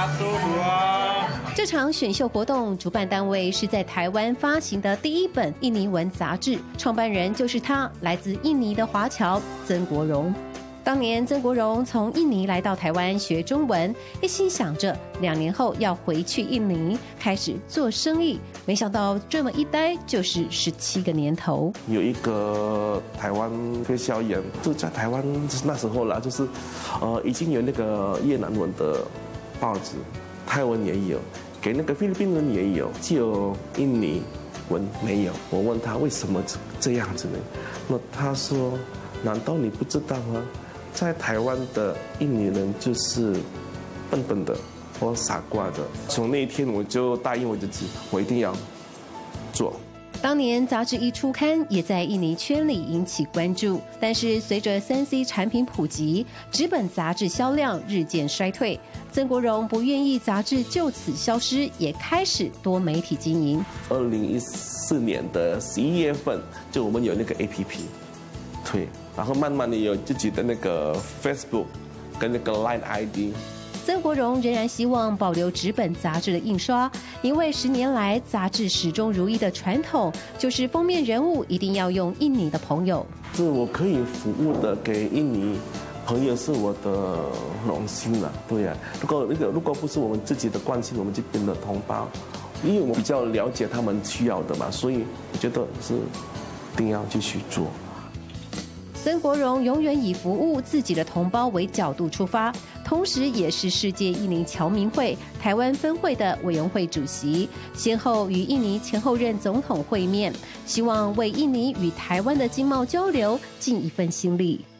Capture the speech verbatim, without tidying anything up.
这场选秀活动主办单位是在台湾发行的第一本印尼文杂志，创办人就是他，来自印尼的华侨曾国荣。当年曾国荣从印尼来到台湾学中文，一心想着两年后要回去印尼开始做生意，没想到这么一待就是十七个年头。 有一个台湾推销员，就在台湾那时候啦，就是呃已经有那个越南文的报纸，泰文也有，给那个菲律宾人也有，只有印尼文没有。我问他为什么这样子呢？那他说：“难道你不知道吗？在台湾的印尼人就是笨笨的或傻瓜的。”从那一天我就答应我自己，我一定要做。 当年杂志一出刊，也在印尼圈里引起关注。但是随着三 C 产品普及，纸本杂志销量日渐衰退。曾国荣不愿意杂志就此消失，也开始多媒体经营。 二零一四年的十一月份，就我们有那个 A P P， 对，然后慢慢的有自己的那个 Facebook 跟那个 Line I D。 曾国荣仍然希望保留纸本杂志的印刷，因为十年来杂志始终如一的传统就是封面人物一定要用印尼的朋友。 是我可以服务的给印尼朋友是我的荣幸了，对呀、啊。如果那个如果不是我们自己的关心，我们这边的同胞，因为我比较了解他们需要的嘛，所以我觉得是一定要继续做。 曾国荣永远以服务自己的同胞为角度出发，同时也是世界印尼侨民会台湾分会的委员会主席，先后与印尼前后任总统会面，希望为印尼与台湾的经贸交流尽一份心力。